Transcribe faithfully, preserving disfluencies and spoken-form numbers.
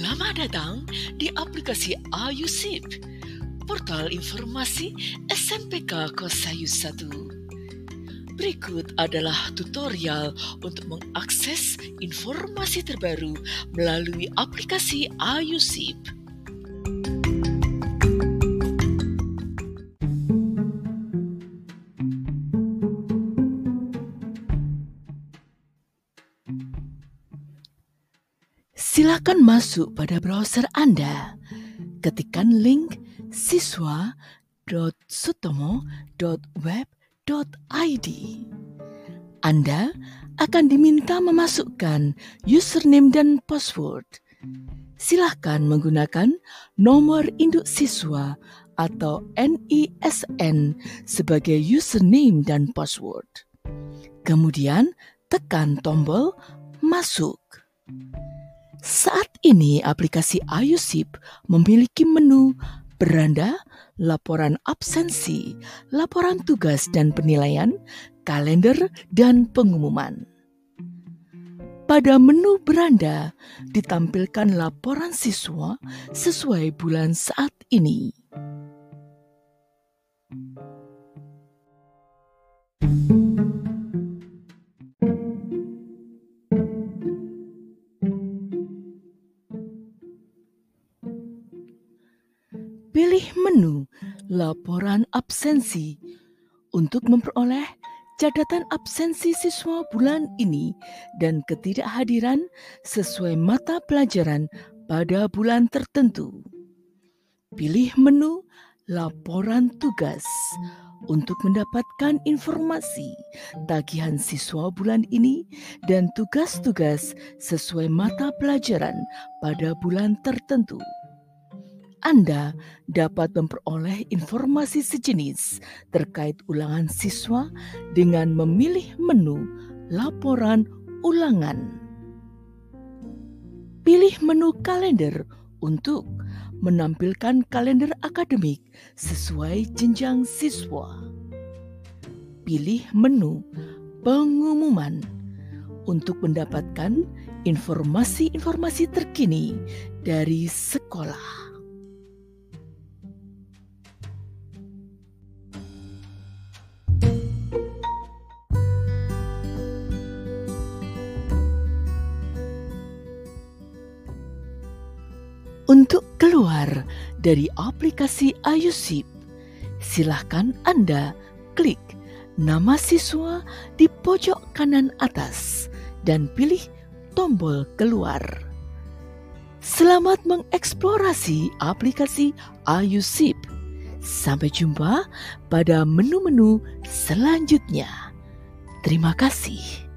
Selamat datang di aplikasi AYUSIP, portal informasi S M P K Kosayu satu. Berikut adalah tutorial untuk mengakses informasi terbaru melalui aplikasi AYUSIP. Silakan masuk pada browser Anda. Ketikkan link siswa dot sutomo dot web dot i d. Anda akan diminta memasukkan username dan password. Silakan menggunakan nomor induk siswa atau N I S N sebagai username dan password. Kemudian tekan tombol masuk. Saat ini aplikasi AYUSIP memiliki menu beranda, laporan absensi, laporan tugas dan penilaian, kalender, dan pengumuman. Pada menu beranda ditampilkan laporan siswa sesuai bulan saat ini. Pilih menu laporan absensi untuk memperoleh catatan absensi siswa bulan ini dan ketidakhadiran sesuai mata pelajaran pada bulan tertentu. Pilih menu laporan tugas untuk mendapatkan informasi tagihan siswa bulan ini dan tugas-tugas sesuai mata pelajaran pada bulan tertentu. Anda dapat memperoleh informasi sejenis terkait ulangan siswa dengan memilih menu laporan ulangan. Pilih menu kalender untuk menampilkan kalender akademik sesuai jenjang siswa. Pilih menu pengumuman untuk mendapatkan informasi-informasi terkini dari sekolah. Untuk keluar dari aplikasi AYUSIP, silakan Anda klik nama siswa di pojok kanan atas dan pilih tombol keluar. Selamat mengeksplorasi aplikasi AYUSIP. Sampai jumpa pada menu-menu selanjutnya. Terima kasih.